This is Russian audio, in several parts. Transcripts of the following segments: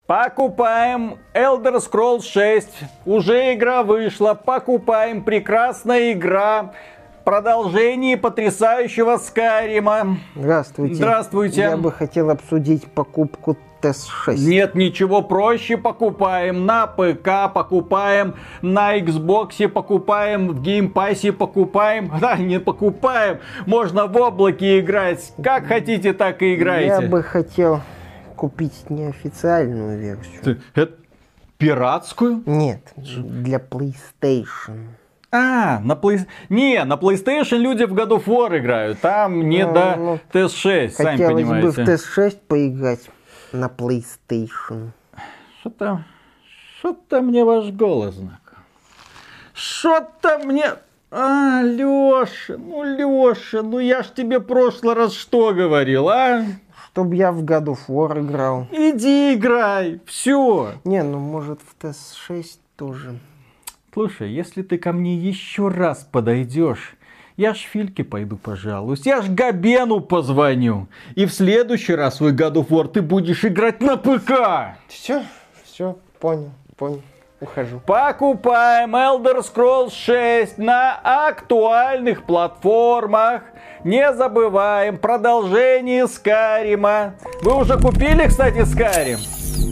Покупаем Elder Scrolls 6. Уже игра вышла. Покупаем. Прекрасная игра. Продолжение потрясающего Скайрима. Здравствуйте. Здравствуйте. Я бы хотел обсудить покупку TES 6. Нет, ничего проще. Покупаем на ПК, покупаем на Xbox, покупаем в геймпассе, покупаем. Да, не покупаем. Можно в облаке играть. Как хотите, так и играйте. Я бы хотел купить неофициальную версию. Это пиратскую? Нет, для PlayStation. На PlayStation люди в God of War играют. Там не до TES 6, сами понимаете. Хотелось бы в TES 6 поиграть на PlayStation. Что-то мне ваш голос знаком. Что-то мне... Лёша, ну я ж тебе в прошлый раз что говорил, а? Чтоб я в God of War играл. Иди играй, все. Не, может в TES 6 тоже. Слушай, если ты ко мне еще раз подойдешь, я ж Фильке пойду пожалуюсь, я ж Габену позвоню. И в следующий раз в God of War ты будешь играть на ПК. Все, понял, ухожу. Покупаем Elder Scrolls 6 на актуальных платформах. Не забываем продолжение Скайрима. Вы уже купили, кстати, Скайрим?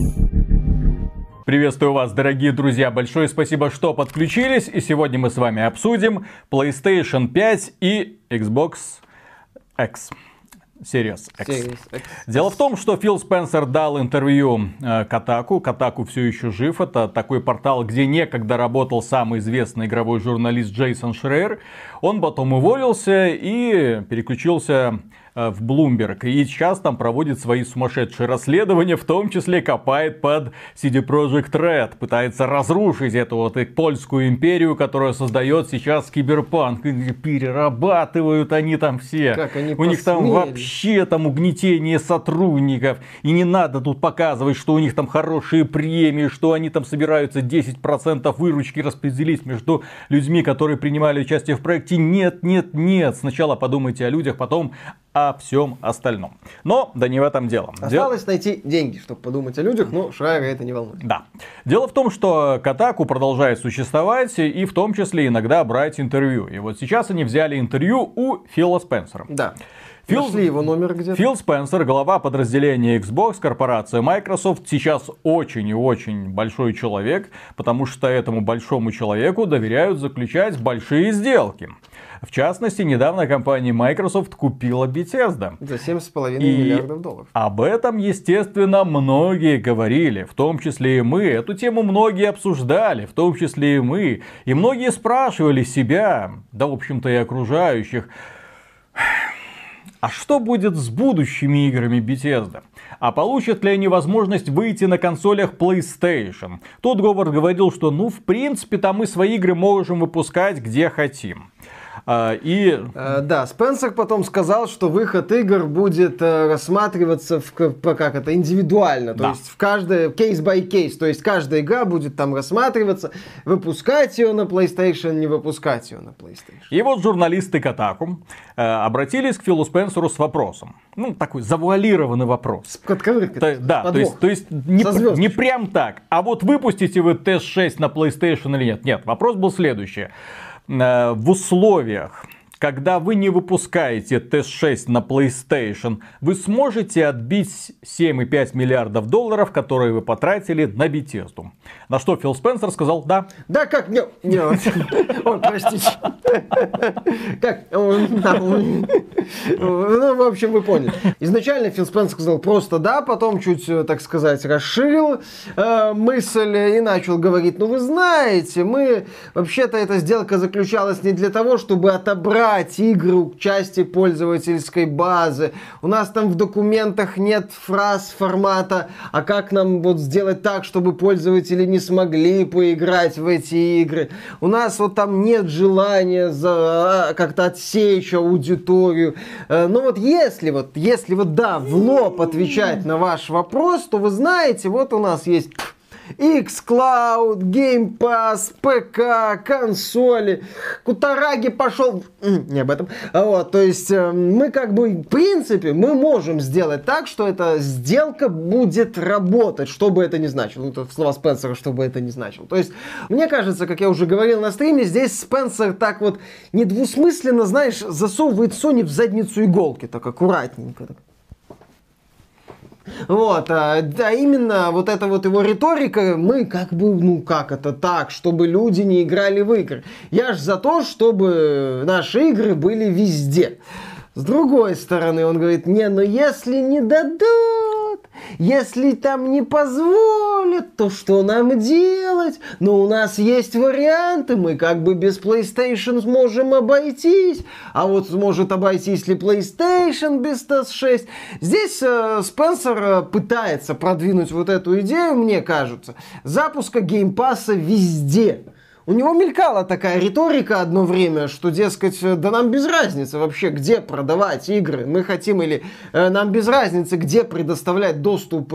Приветствую вас, дорогие друзья. Большое спасибо, что подключились. И сегодня мы с вами обсудим PlayStation 5 и Xbox X. Series X. Дело в том, что Фил Спенсер дал интервью Kotaku. Kotaku все еще жив. Это такой портал, где некогда работал самый известный игровой журналист Джейсон Шрейер. Он потом уволился и переключился в Bloomberg. И сейчас там проводит свои сумасшедшие расследования, в том числе копает под CD Projekt Red. Пытается разрушить эту польскую империю, которая создает сейчас Киберпанк. Перерабатывают они там все. Как они у них там вообще там угнетение сотрудников. И не надо тут показывать, что у них там хорошие премии, что они там собираются 10% выручки распределить между людьми, которые принимали участие в проекте. Нет. Сначала подумайте о людях, потом о всем остальном. Но да не в этом дело. Осталось найти деньги, чтобы подумать о людях, но Шрайера это не волнует. Да. Дело в том, что Kotaku продолжает существовать и в том числе иногда брать интервью. И вот сейчас они взяли интервью у Фила Спенсера. Да. Нашли его номер где-то. Фил Спенсер, глава подразделения Xbox, корпорация Microsoft, сейчас очень и очень большой человек, потому что этому большому человеку доверяют заключать большие сделки. В частности, недавно компания Microsoft купила Bethesda. За 7,5 миллиардов долларов. Об этом, естественно, многие говорили, в том числе и мы. Эту тему многие обсуждали, в том числе и мы. И многие спрашивали себя, да, в общем-то, и окружающих, а что будет с будущими играми Bethesda? А получат ли они возможность выйти на консолях PlayStation? Тут Говард говорил, что в принципе-то мы свои игры можем выпускать где хотим. Да, Спенсер потом сказал, что выход игр будет рассматриваться индивидуально, то есть в каждой case by case, то есть каждая игра будет там рассматриваться, выпускать ее на PlayStation, не выпускать ее на PlayStation. И вот журналисты Kotaku обратились к Филу Спенсеру с вопросом. Такой завуалированный вопрос. Да, то есть не прям так. А вот выпустите вы TES 6 на PlayStation или нет? Нет, вопрос был следующий. В условиях, когда вы не выпускаете TES 6 на PlayStation, вы сможете отбить 7,5 миллиардов долларов, которые вы потратили на Bethesda. На что Фил Спенсер сказал да. Да как? Нет. Ой, простите. Как? В общем, вы поняли. Изначально Фил Спенсер сказал просто да, потом чуть, так сказать, расширил мысль и начал говорить, вы знаете, вообще-то эта сделка заключалась не для того, чтобы отобрать игры части пользовательской базы. У нас там в документах нет фраз формата, а как нам сделать так, чтобы пользователи не смогли поиграть в эти игры. У нас там нет желания как-то отсечь аудиторию. Если в лоб отвечать на ваш вопрос, то вы знаете, у нас есть xCloud, Game Pass, ПК, консоли. Кутараги пошел... Не об этом. Вот, то есть мы как бы, в принципе, мы можем сделать так, что эта сделка будет работать, что бы это ни значило. Ну, это слова Спенсера, что бы это ни значило. То есть, мне кажется, как я уже говорил на стриме, здесь Спенсер так вот недвусмысленно, знаешь, засовывает Sony в задницу иголки, так аккуратненько. Так. Вот, а именно вот эта вот его риторика, мы как бы, ну как это так, чтобы люди не играли в игры. Я ж за то, чтобы наши игры были везде. С другой стороны, он говорит, не, ну если не дадут, если там не позволят, то что нам делать? Но у нас есть варианты, мы как бы без PlayStation сможем обойтись. А вот сможет обойтись ли PlayStation без TS6? Здесь Спенсер пытается продвинуть вот эту идею, мне кажется, запуска геймпасса везде. У него мелькала такая риторика одно время, что, дескать, да нам без разницы вообще, где продавать игры. Мы хотим или нам без разницы, где предоставлять доступ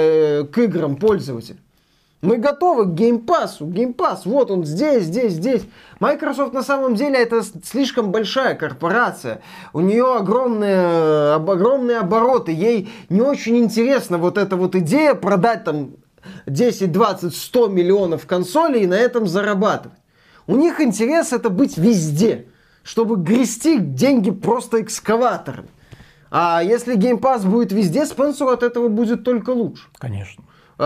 к играм пользователям. Мы готовы к геймпассу. Геймпасс, вот он здесь, здесь, здесь. Microsoft на самом деле это слишком большая корпорация. У нее огромные обороты. Ей не очень интересна вот эта вот идея продать там 10, 20, 100 миллионов консолей и на этом зарабатывать. У них интерес это быть везде, чтобы грести деньги просто экскаватором. А если Game Pass будет везде, Спенсеру от этого будет только лучше. Конечно.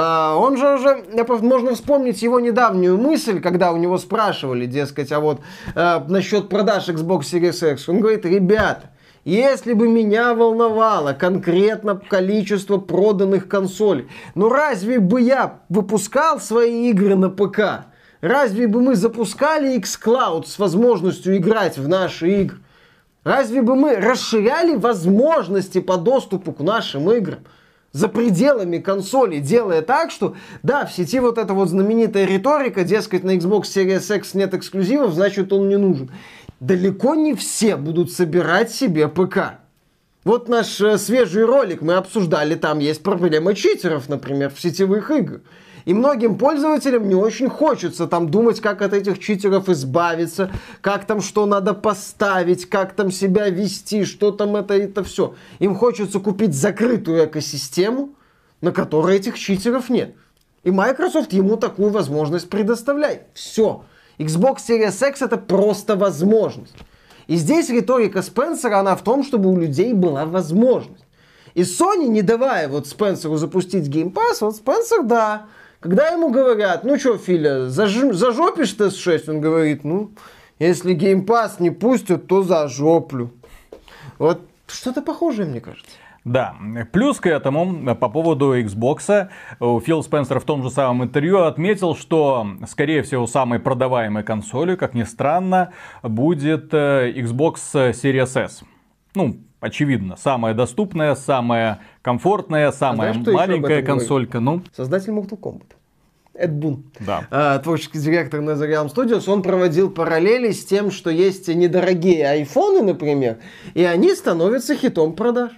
Он же уже, можно вспомнить его недавнюю мысль, когда у него спрашивали, дескать, а вот насчет продаж Xbox Series X. Он говорит, ребята, если бы меня волновало конкретно количество проданных консолей, ну разве бы я выпускал свои игры на ПК? Разве бы мы запускали xCloud с возможностью играть в наши игры? Разве бы мы расширяли возможности по доступу к нашим играм за пределами консолей, делая так, что, да, в сети вот эта вот знаменитая риторика, дескать, на Xbox Series X нет эксклюзивов, значит он не нужен. Далеко не все будут собирать себе ПК. Вот наш свежий ролик мы обсуждали, там есть проблема читеров, например, в сетевых играх. И многим пользователям не очень хочется там думать, как от этих читеров избавиться, как там что надо поставить, как там себя вести, что там это все. Им хочется купить закрытую экосистему, на которой этих читеров нет. И Microsoft ему такую возможность предоставляет. Все. Xbox Series X это просто возможность. И здесь риторика Спенсера, она в том, чтобы у людей была возможность. И Sony, не давая вот Спенсеру запустить Game Pass, вот Спенсер, да. Когда ему говорят, ну что, Филя, зажопишь TS6? Он говорит, ну, если Game Pass не пустят, то зажоплю. Вот что-то похожее, мне кажется. Да, плюс к этому, по поводу Xbox, Фил Спенсер в том же самом интервью отметил, что, скорее всего, самой продаваемой консолью, как ни странно, будет Xbox Series S. Ну, очевидно, самая доступная, самая комфортная, самая маленькая консолька. Ну? Создатель Mortal Kombat. Эд Бун, да. Творческий директор NetherRealm Studios, он проводил параллели с тем, что есть недорогие айфоны, например, и они становятся хитом продаж.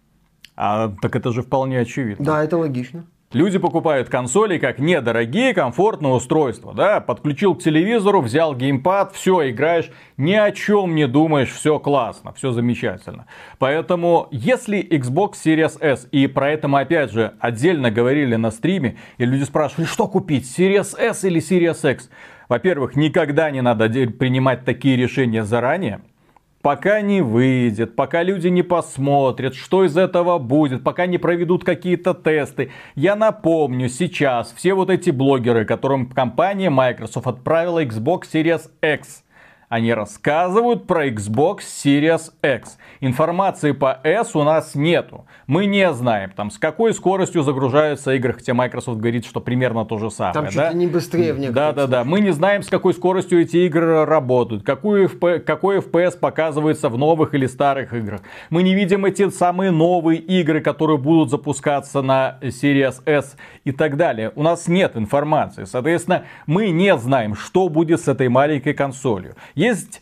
Так это же вполне очевидно. Да, это логично. Люди покупают консоли как недорогие, комфортные устройства, да, подключил к телевизору, взял геймпад, все, играешь, ни о чем не думаешь, все классно, все замечательно. Поэтому, если Xbox Series S, и про это мы опять же отдельно говорили на стриме, и люди спрашивали, что купить, Series S или Series X? Во-первых, никогда не надо принимать такие решения заранее. Пока не выйдет, пока люди не посмотрят, что из этого будет, пока не проведут какие-то тесты. Я напомню, сейчас все вот эти блогеры, которым компания Microsoft отправила Xbox Series X, они рассказывают про Xbox Series X. Информации по S у нас нету. Мы не знаем, там, с какой скоростью загружаются игры, хотя Microsoft говорит, что примерно то же самое. Там чуть ли не быстрее в некоторых Да. Мы не знаем, с какой скоростью эти игры работают, какой FPS показывается в новых или старых играх. Мы не видим эти самые новые игры, которые будут запускаться на Series S и так далее. У нас нет информации. Соответственно, мы не знаем, что будет с этой маленькой консолью. Есть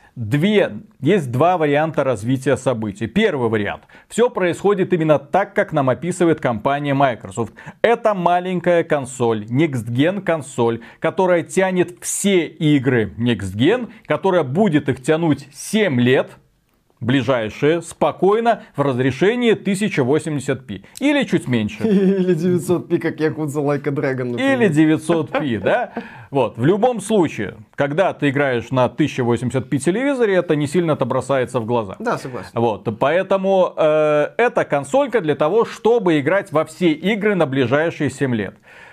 два варианта развития событий. Первый вариант. Все происходит именно так, как нам описывает компания Microsoft. Это маленькая консоль, Next Gen консоль, которая тянет все игры Next Gen, которая будет их тянуть 7 лет. Ближайшие, спокойно, в разрешении 1080p. Или чуть меньше. Или 900p, как Yakuza Like a Dragon. Например. Или 900p, да? Вот, в любом случае, когда ты играешь на 1080p телевизоре, это не сильно-то бросается в глаза. Да, согласен. Вот, поэтому это консолька для того, чтобы играть во все игры на ближайшие 7 лет.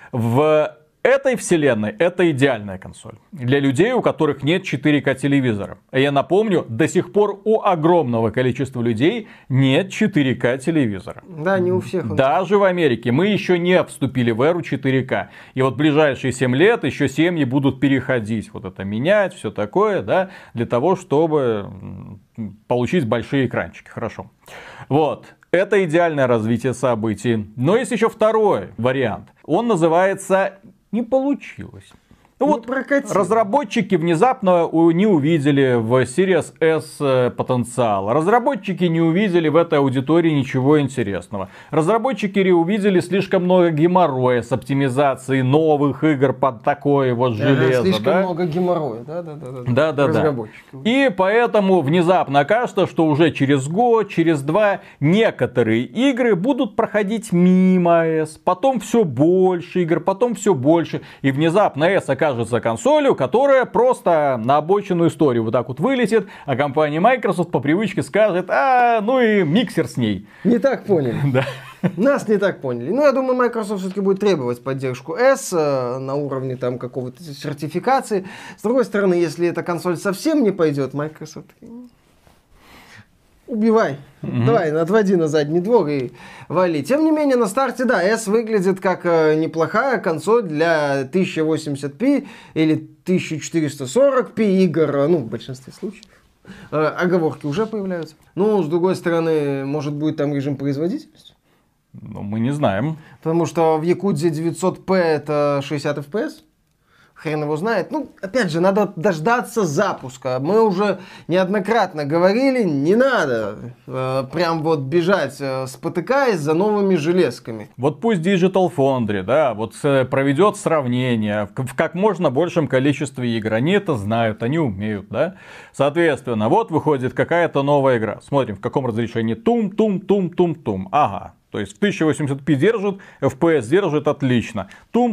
В этой вселенной это идеальная консоль. Для людей, у которых нет 4К телевизора. Я напомню, до сих пор у огромного количества людей нет 4К телевизора. Да, не у всех. Даже в Америке. Мы еще не вступили в эру 4К. И вот ближайшие 7 лет еще семьи будут переходить. Вот это менять, все такое, да, для того, чтобы получить большие экранчики. Хорошо. Вот. Это идеальное развитие событий. Но есть еще второй вариант. Он называется «Не получилось». Ну вот разработчики внезапно не увидели в Series S потенциал. Разработчики не увидели в этой аудитории ничего интересного. Разработчики увидели слишком много геморроя с оптимизацией новых игр под такое вот железо. Слишком много геморроя, да. И поэтому внезапно окажется, что уже через год, через два некоторые игры будут проходить мимо S. Потом все больше игр, потом все больше. И внезапно S окажется консолью, которая просто на обочину истории вот так вот вылетит, а компания Microsoft по привычке скажет: ну и миксер с ней. Не так поняли. Да. Нас не так поняли. Ну, я думаю, Microsoft все-таки будет требовать поддержку S на уровне там какого-то сертификации. С другой стороны, если эта консоль совсем не пойдет, Microsoft... Убивай. Давай, отводи на задний двор и вали. Тем не менее, на старте, да, S выглядит как неплохая консоль для 1080p или 1440p игр, ну, в большинстве случаев. Оговорки уже появляются. Ну, с другой стороны, может будет там режим производительности? Ну, мы не знаем. Потому что в Якудзе 900p это 60 FPS. Хрен его знает. Ну, опять же, надо дождаться запуска. Мы уже неоднократно говорили, не надо прям вот бежать, спотыкаясь за новыми железками. Вот пусть Digital Foundry, да, вот проведет сравнение в как можно большем количестве игр. Они это знают, они умеют, да. Соответственно, вот выходит какая-то новая игра. Смотрим, в каком разрешении. Тум-тум-тум-тум-тум. Ага. То есть в 1080p держит, FPS держит отлично.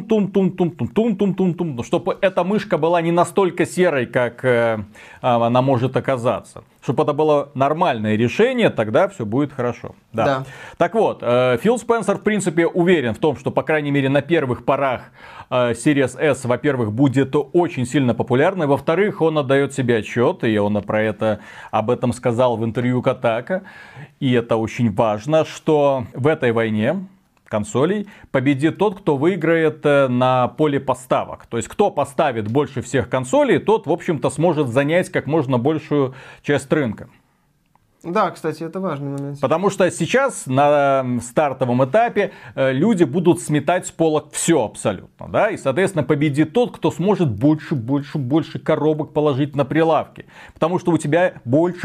Тум-тум-тум-тум-тум-тум-тум-тум. Чтобы эта мышка была не настолько серой, как она может оказаться. Чтобы это было нормальное решение, тогда все будет хорошо. Да. Так вот, Фил Спенсер в принципе уверен в том, что по крайней мере на первых порах Series S, во-первых, будет очень сильно популярной. Во-вторых, он отдает себе отчет, и он об этом сказал в интервью Kotaku. И это очень важно, что в этой войне консолей победит тот, кто выиграет на поле поставок. То есть, кто поставит больше всех консолей, тот, в общем-то, сможет занять как можно большую часть рынка. Да, кстати, это важный момент. Потому что сейчас на стартовом этапе люди будут сметать с полок все абсолютно. Да? И, соответственно, победит тот, кто сможет больше коробок положить на прилавки. Потому что у тебя больше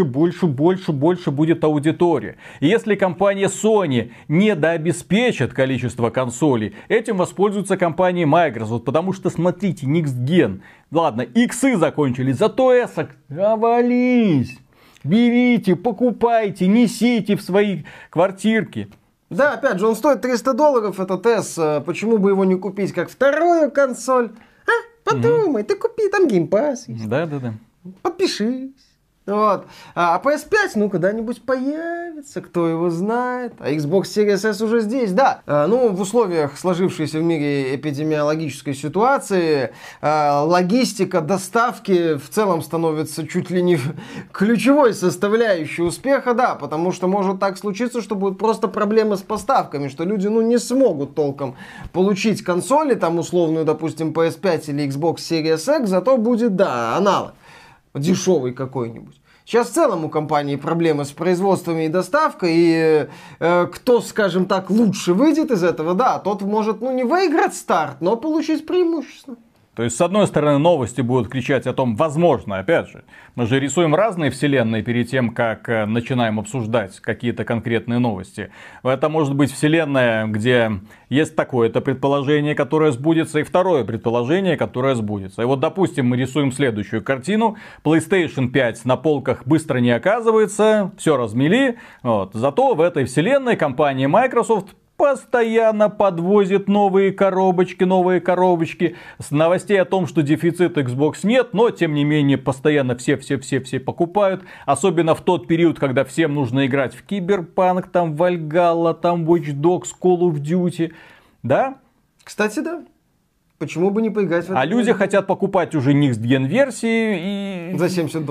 будет аудитория. И если компания Sony не дообеспечит количество консолей, этим воспользуется компания Microsoft. Потому что, смотрите, Next Gen. Ладно, иксы закончились, зато S-ок завались. Берите, покупайте, несите в свои квартирки. Да, опять же, он стоит $300, этот S. Почему бы его не купить как вторую консоль? Подумай, ты купи, там Game Pass есть. Да. Подпишись. Вот. А PS5, ну, когда-нибудь появится, кто его знает. А Xbox Series S уже здесь, да. Ну, в условиях сложившейся в мире эпидемиологической ситуации, логистика доставки в целом становится чуть ли не ключевой составляющей успеха, да, потому что может так случиться, что будут просто проблемы с поставками, что люди, ну, не смогут толком получить консоли, там, условную, допустим, PS5 или Xbox Series X, зато будет, да, аналог. Дешевый какой-нибудь. Сейчас в целом у компании проблемы с производством и доставкой, и кто, скажем так, лучше выйдет из этого, да, тот может, ну, не выиграть старт, но получить преимущество. То есть, с одной стороны, новости будут кричать о том, возможно, опять же, мы же рисуем разные вселенные перед тем, как начинаем обсуждать какие-то конкретные новости. Это может быть вселенная, где есть такое-то предположение, которое сбудется, и второе предположение, которое сбудется. И вот, допустим, мы рисуем следующую картину. PlayStation 5 на полках быстро не оказывается, все размели. Вот. Зато в этой вселенной компания Microsoft постоянно подвозит новые коробочки с новостей о том, что дефицита Xbox нет, но тем не менее постоянно все покупают, особенно в тот период, когда всем нужно играть в Cyberpunk, там Valhalla, там Watch Dogs, Call of Duty, да? Кстати, да. Почему бы не поиграть в это? А люди хотят покупать уже Next Gen версии и... За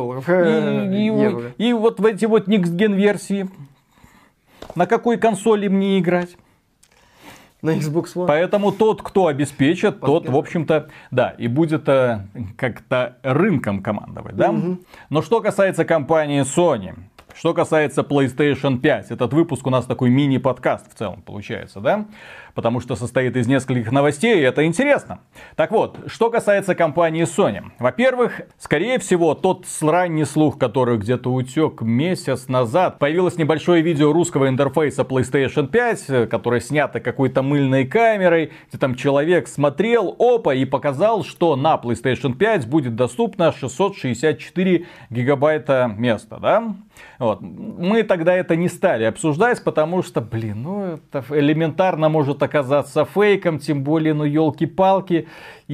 $70. И вот в эти вот Next Gen версии на какой консоли мне играть? На Xbox One. Поэтому тот, кто обеспечит, тот, в общем-то, да, и будет как-то рынком командовать, да? Но что касается компании Sony, что касается PlayStation 5, этот выпуск у нас такой мини-подкаст в целом получается, да? Потому что состоит из нескольких новостей, и это интересно. Так вот, что касается компании Sony. Во-первых, скорее всего, тот ранний слух, который где-то утек месяц назад, появилось небольшое видео русского интерфейса PlayStation 5, которое снято какой-то мыльной камерой, где там человек смотрел, и показал, что на PlayStation 5 будет доступно 664 гигабайта места, да? Вот. Мы тогда это не стали обсуждать, потому что, это элементарно может оказаться фейком, тем более, елки-палки.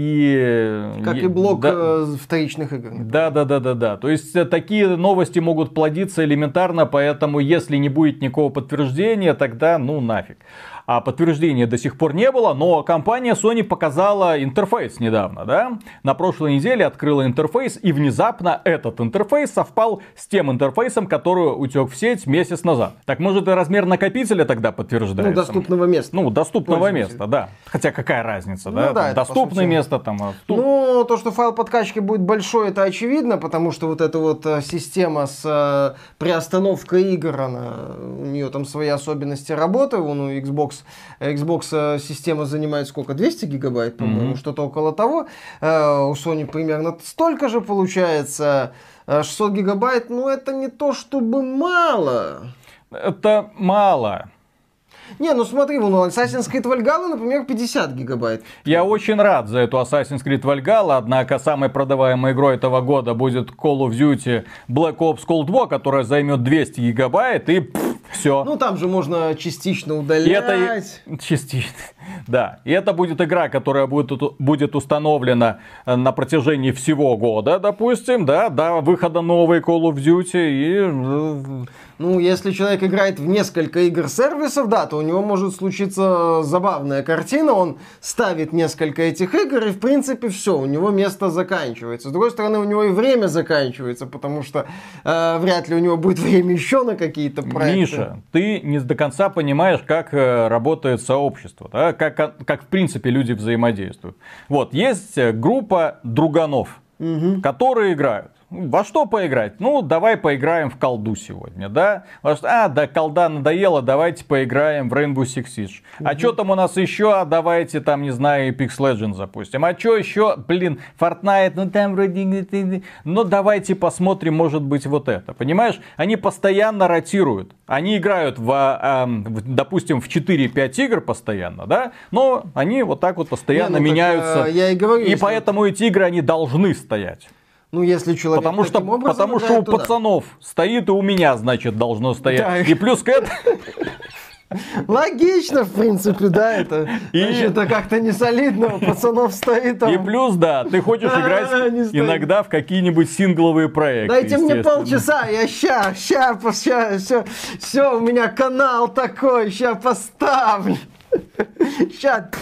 Как и блок вторичных игр. Да. То есть, такие новости могут плодиться элементарно, поэтому, если не будет никакого подтверждения, тогда нафиг. А подтверждения до сих пор не было, но компания Sony показала интерфейс недавно, да? На прошлой неделе открыла интерфейс, и внезапно этот интерфейс совпал с тем интерфейсом, который утек в сеть месяц назад. Так может и размер накопителя тогда подтверждается? Доступного места. Доступного места, да. Хотя какая разница, да? Да, доступное место там. То, что файл подкачки будет большой, это очевидно, потому что вот эта вот система с приостановкой игр, у нее там свои особенности работы, у Xbox система занимает сколько? 200 гигабайт, по-моему, что-то около того. У Sony примерно столько же получается. 600 гигабайт, это не то чтобы мало. Это мало. Не, смотри, Assassin's Creed Valhalla, например, 50 гигабайт. Я очень рад за эту Assassin's Creed Valhalla, однако самой продаваемой игрой этого года будет Call of Duty Black Ops Cold War, которая займет 200 гигабайт и все. Там же можно частично удалять. Частично. Да. И это будет игра, которая будет установлена на протяжении всего года, допустим, до выхода новой Call of Duty. Если человек играет в несколько игр-сервисов, то у него может случиться забавная картина. Он ставит несколько этих игр, и в принципе все, у него место заканчивается. С другой стороны, у него и время заканчивается, потому что вряд ли у него будет время еще на какие-то проекты. Миша, ты не до конца понимаешь, как работает сообщество, да? Как в принципе люди взаимодействуют. Вот, есть группа друганов, которые играют. Во что поиграть? Давай поиграем в колду сегодня, да? Колда надоела, давайте поиграем в Rainbow Six Siege. А что там у нас еще? Давайте там, не знаю, Apex Legends запустим. А что еще? Fortnite, там вроде... давайте посмотрим, может быть, вот это. Понимаешь? Они постоянно ротируют. Они играют допустим, в 4-5 игр постоянно, да? Но они вот так вот постоянно меняются. Я и говорю, и поэтому эти игры, они должны стоять. Если человек потому что у пацанов стоит, и у меня, значит, должно стоять. Да. И плюс к этому... Логично, в принципе, да, это как-то не солидно, у пацанов стоит там. И плюс, да, ты хочешь играть иногда в какие-нибудь сингловые проекты. Дайте мне полчаса, я ща, все, у меня канал такой, ща поставлю. Ща,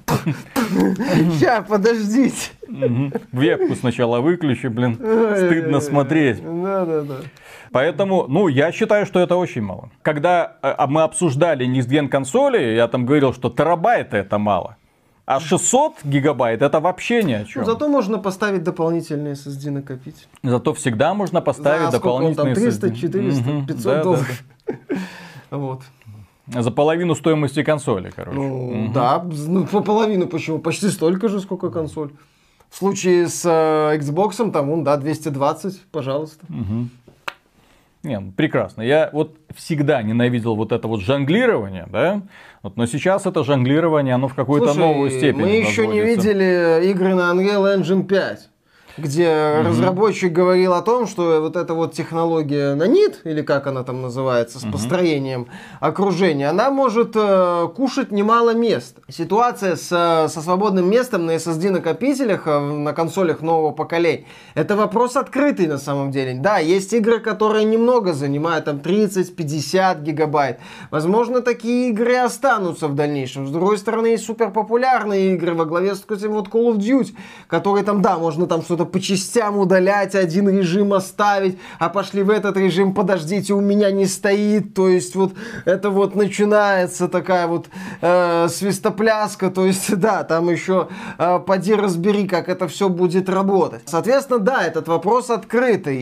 подождите. Вебку сначала выключи, стыдно смотреть. Да. Поэтому, я считаю, что это очень мало. Когда мы обсуждали Next Gen консоли, я там говорил, что терабайты это мало. А 600 гигабайт это вообще ни о чем. Зато можно поставить дополнительный SSD накопить. Зато всегда можно поставить дополнительный SSD. 300, 400, 500 долларов. Вот. За половину стоимости консоли, короче. Да, по половину почему? Почти столько же, сколько консоль. В случае с Xbox, там, да, 220, пожалуйста. Угу. Не, прекрасно. Я вот всегда ненавидел вот это вот жонглирование, да? Вот, но сейчас это жонглирование, оно в какую-то новую степень мы еще не видели игры на Unreal Engine 5. Где разработчик говорил о том, что вот эта вот технология нанит, или как она там называется, с построением окружения, она может кушать немало места. Ситуация со свободным местом на SSD-накопителях на консолях нового поколения, это вопрос открытый на самом деле. Да, есть игры, которые немного занимают, там 30-50 гигабайт. Возможно, такие игры останутся в дальнейшем. С другой стороны, есть суперпопулярные игры во главе с этим вот Call of Duty, которые там, да, можно там что-то по частям удалять, один режим оставить, а пошли в этот режим, подождите, у меня не стоит, то есть вот это вот начинается такая вот свистопляска, то есть да, там еще поди разбери, как это все будет работать. Соответственно, да, этот вопрос открытый,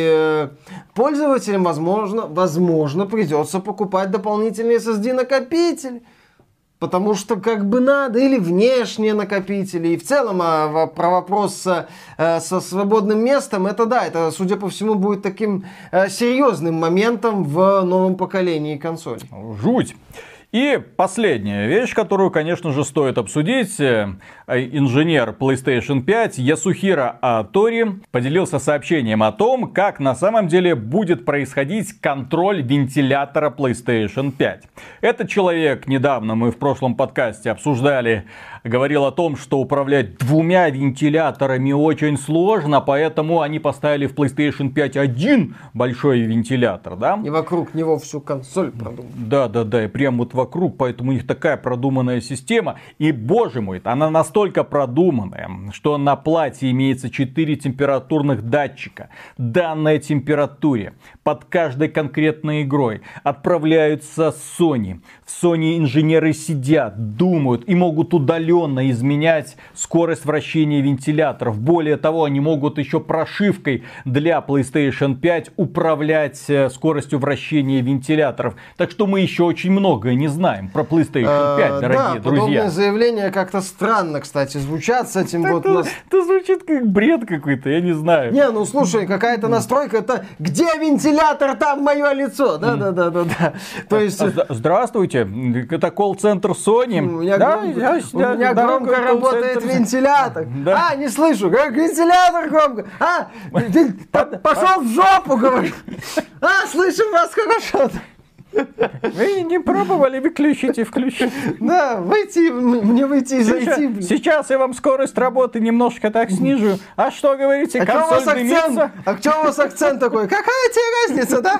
и пользователям, возможно, придется покупать дополнительный SSD-накопитель. Потому что как бы надо, или внешние накопители. И в целом про вопрос со свободным местом, это да, это, судя по всему, будет таким серьезным моментом в новом поколении консолей. Жуть! И последняя вещь, которую, конечно же, стоит обсудить. Инженер PlayStation 5 Ясухиро Атори поделился сообщением о том, как на самом деле будет происходить контроль вентилятора PlayStation 5. Этот человек, недавно мы в прошлом подкасте обсуждали, говорил о том, что управлять двумя вентиляторами очень сложно, поэтому они поставили в PlayStation 5 один большой вентилятор, да? И вокруг него всю консоль продумали. Да, и прям вот вокруг, поэтому у них такая продуманная система. И, боже мой, она настолько продуманная, что на плате имеется 4 температурных датчика. Данной температуре под каждой конкретной игрой отправляются Sony. В Sony инженеры сидят, думают и могут удаленно изменять скорость вращения вентиляторов. Более того, они могут еще прошивкой для PlayStation 5 управлять скоростью вращения вентиляторов. Так что мы еще очень многое не знаем про PlayStation 5, дорогие друзья. Подобные заявления как-то странно, кстати, звучат с этим. Это звучит как бред какой-то, я не знаю. Не, ну слушай, какая-то настройка, это где вентилятор, там мое лицо. Да. То есть... Здравствуйте, это колл-центр Sony. У меня громко работает вентилятор. Да. Не слышу, как вентилятор громко. Пошел в жопу, говорю. Слышим вас хорошо. Вы не пробовали выключить и включить? Да, мне выйти и зайти. Сейчас я вам скорость работы немножко так снижу. А что говорите, консоль дымится? А что у вас акцент такой? Какая тебе разница, да?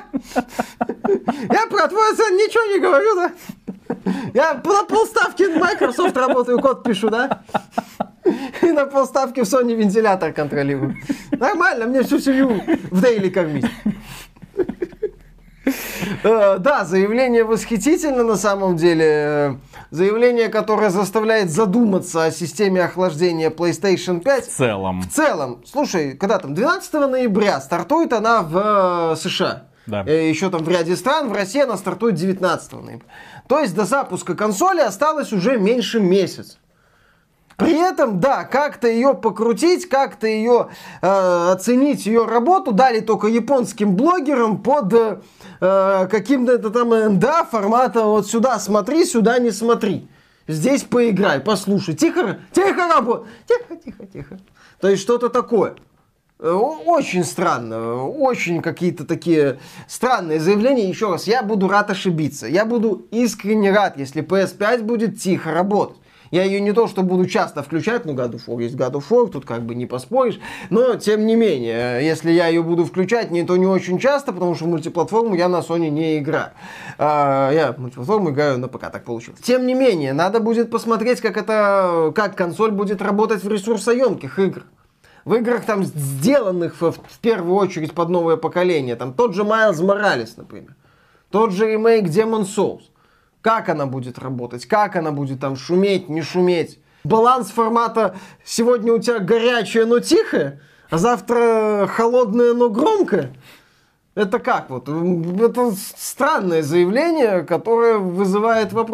Я про твой акцент ничего не говорю, да? Я на полставки в Microsoft работаю, код пишу, да? И на полставки в Sony вентилятор контролирую. Нормально, мне всю семью в дейли кормить. Да, заявление восхитительно на самом деле. Заявление, которое заставляет задуматься о системе охлаждения PlayStation 5. В целом. Слушай, когда там, 12 ноября стартует она в США. Да. Еще там в ряде стран, в России она стартует 19 ноября. То есть до запуска консоли осталось уже меньше месяца. При этом, да, как-то ее покрутить, как-то ее оценить, ее работу дали только японским блогерам под каким-то там НДА формата вот сюда смотри, сюда не смотри. Здесь поиграй, послушай. Тихо работай. Тихо. То есть что-то такое. Очень странно, очень какие-то такие странные заявления. Еще раз, я буду рад ошибиться. Я буду искренне рад, если PS5 будет тихо работать. Я ее не то, что буду часто включать, но God of War есть God of War, тут как бы не поспоришь. Но, тем не менее, если я ее буду включать, то не очень часто, потому что в мультиплатформу я на Sony не играю. Я в мультиплатформу играю на ПК, так получилось. Тем не менее, надо будет посмотреть, как консоль будет работать в ресурсоемких играх. В играх, там, сделанных в первую очередь под новое поколение. Там тот же Miles Morales, например. Тот же ремейк Demon's Souls. Как она будет работать? Как она будет там шуметь, не шуметь? Баланс формата «сегодня у тебя горячее, но тихое», а завтра холодное, но громкое? Это как вот? Это странное заявление, которое вызывает вопрос.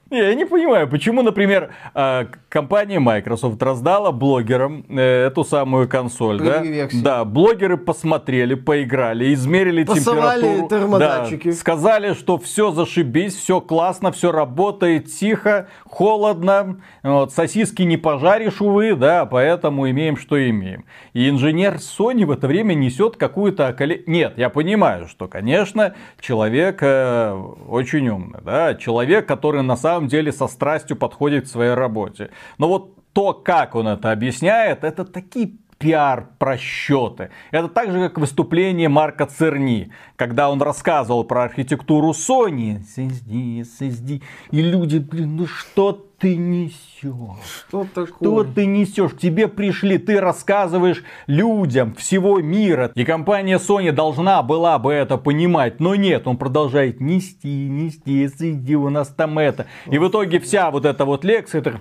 Я не понимаю, почему, например, компания Microsoft раздала блогерам эту самую консоль, да? Да, блогеры посмотрели, поиграли, измерили температуру, термодатчики. Да, сказали, что все зашибись, все классно, все работает тихо, холодно, вот, сосиски не пожаришь, увы, да, поэтому имеем, что имеем. И инженер Sony в это время несет какую-то Нет, я понимаю, что, конечно, человек очень умный, да, человек, который на самом деле со страстью подходит к своей работе. Но вот то, как он это объясняет, это такие пиар-просчеты. Это так же, как выступление Марка Церни, когда он рассказывал про архитектуру Sony. SSD. И люди, блин, ну что ты несешь? Что такое? Что ты несешь? К тебе пришли, ты рассказываешь людям всего мира. И компания Sony должна была бы это понимать, но нет, он продолжает нести, SSD, у нас там это. И в итоге вся вот эта вот лекция, это...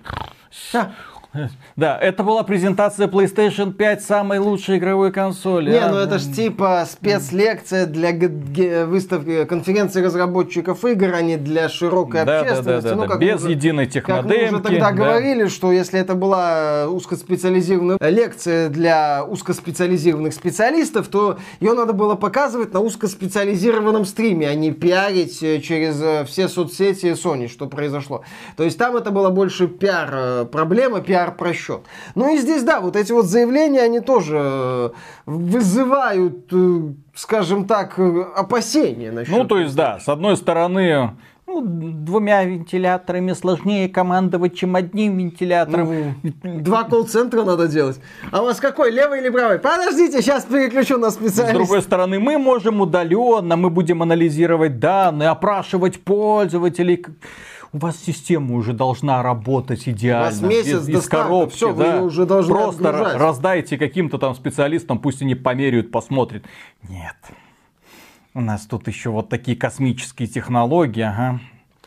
Да, это была презентация PlayStation 5 самой лучшей игровой консоли. Не, ну это ж типа спецлекция для выставки, конференции разработчиков игр, а не для широкой общественности. Ну, как без единой технодемки. Как мы уже тогда говорили, что если это была узкоспециализированная лекция для узкоспециализированных специалистов, то ее надо было показывать на узкоспециализированном стриме, а не пиарить через все соцсети Sony, что произошло. То есть там это была больше пиар-проблема, пиар-просчет. Ну и здесь, да, вот эти вот заявления, они тоже вызывают, скажем так, опасения насчет. Ну, то есть, да, с одной стороны, двумя вентиляторами сложнее командовать, чем одним вентилятором. Два колл-центра надо делать. А у вас какой, левый или правый? Подождите, сейчас переключу на специалиста. С другой стороны, мы можем удаленно, мы будем анализировать данные, опрашивать пользователей. У вас система уже должна работать идеально. У вас месяц из коробки, все, да? вы уже должны Просто отгружать. раздайте каким-то там специалистам, пусть они померяют, посмотрят. Нет. У нас тут еще вот такие космические технологии, ага.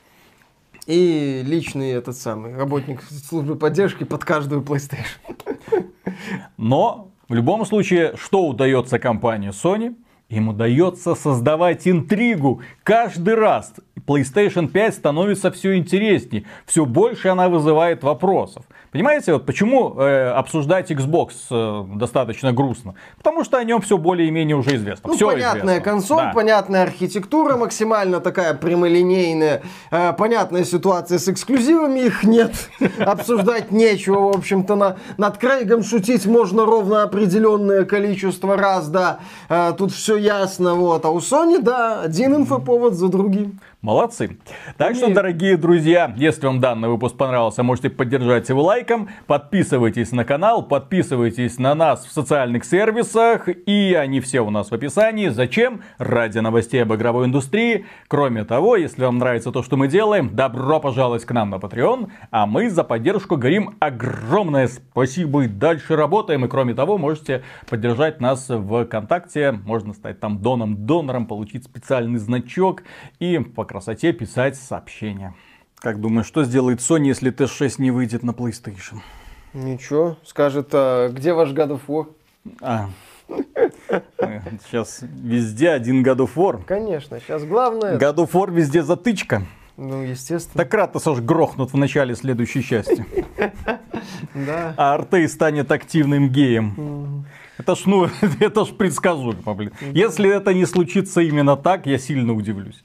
И личный этот самый работник службы поддержки под каждую PlayStation. Но в любом случае, что удается компании Sony? Им удается создавать интригу каждый раз. PlayStation 5 становится все интереснее, все больше она вызывает вопросов. Понимаете, вот почему обсуждать Xbox достаточно грустно? Потому что о нем все более-менее уже известно. Ну, все понятная известно. консоль, Да. понятная архитектура, максимально такая прямолинейная, понятная ситуация с эксклюзивами, их нет. Обсуждать нечего, в общем-то, над Крейгом шутить можно ровно определенное количество раз, да. Тут все ясно, вот. А у Sony, да, один инфоповод за другим. Молодцы. Так что, дорогие друзья, если вам данный выпуск понравился, можете поддержать его лайком. Подписывайтесь на канал, подписывайтесь на нас в социальных сервисах. И они все у нас в описании. Зачем? Ради новостей об игровой индустрии. Кроме того, если вам нравится то, что мы делаем, добро пожаловать к нам на Patreon. А мы за поддержку говорим огромное спасибо и дальше работаем. И кроме того, можете поддержать нас в ВКонтакте. Можно стать там донором, получить специальный значок и по красоте писать сообщения. Как думаешь, что сделает Sony, если TS6 не выйдет на PlayStation? Ничего, скажет, а где ваш God of War? Сейчас везде один God of War. Конечно, сейчас главное... God of War везде затычка. Ну, естественно. Так Кратоса ж грохнут в начале следующей части. Да. А Артей станет активным геем. Это ж предсказуемо, блин. Если это не случится именно так, я сильно удивлюсь.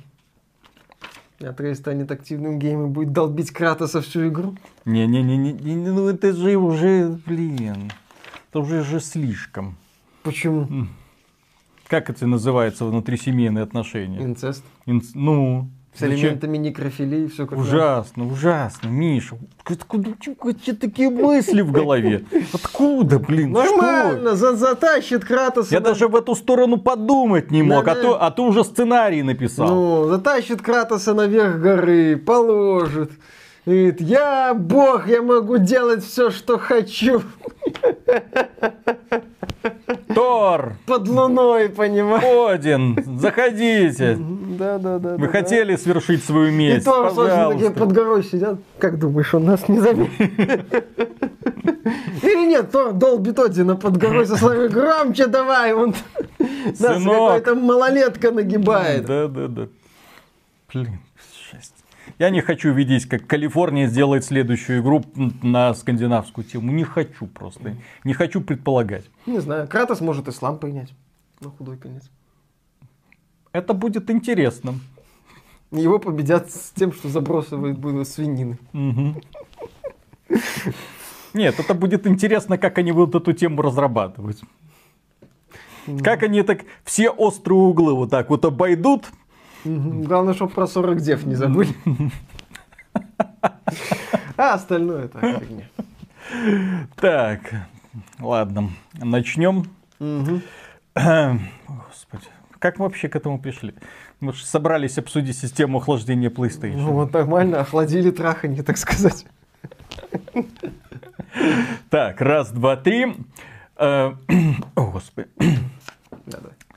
Атрей станет активным геймом и будет долбить Кратоса всю игру. Не-не-не, ну это же уже, блин, это уже же слишком. Почему? Как это называется внутрисемейные отношения? Инцест. Ну... С элементами некрофилии и все как ужасно, ужасно, Миша. Откуда такие мысли в голове? Откуда, блин? Нормально, затащит Кратоса. Я даже в эту сторону подумать не мог, а ты уже сценарий написал. Ну, затащит Кратоса наверх горы, положит. Говорит, я бог, я могу делать все, что хочу. Тор! Под луной, понимаешь? Один, заходите. Да. Вы хотели свершить свою месть, И Тор, пожалуйста. такие под горой сидят. Как думаешь, он нас не заметит? Или нет, Тор долбит Одина под горой со словами громче давай. Он нас какая-то малолетка нагибает. Да. Блин, счастье. Я не хочу видеть, как Калифорния сделает следующую игру на скандинавскую тему. Не хочу просто. Не хочу предполагать. Не знаю. Кратос может ислам принять. На худой конец. Это будет интересно. Его победят с тем, что забросывает было свинины. Нет, это будет интересно, как они будут эту тему разрабатывать. Как они так все острые углы вот так вот обойдут. Главное, чтобы про 40 дев не забыли. А остальное это фигня. Так, ладно, начнем. Господи, как мы вообще к этому пришли? Мы же собрались обсудить систему охлаждения PlayStation. Ну вот нормально, охладили траханье, так сказать. Так, раз, два, три. О, господи. Да-да.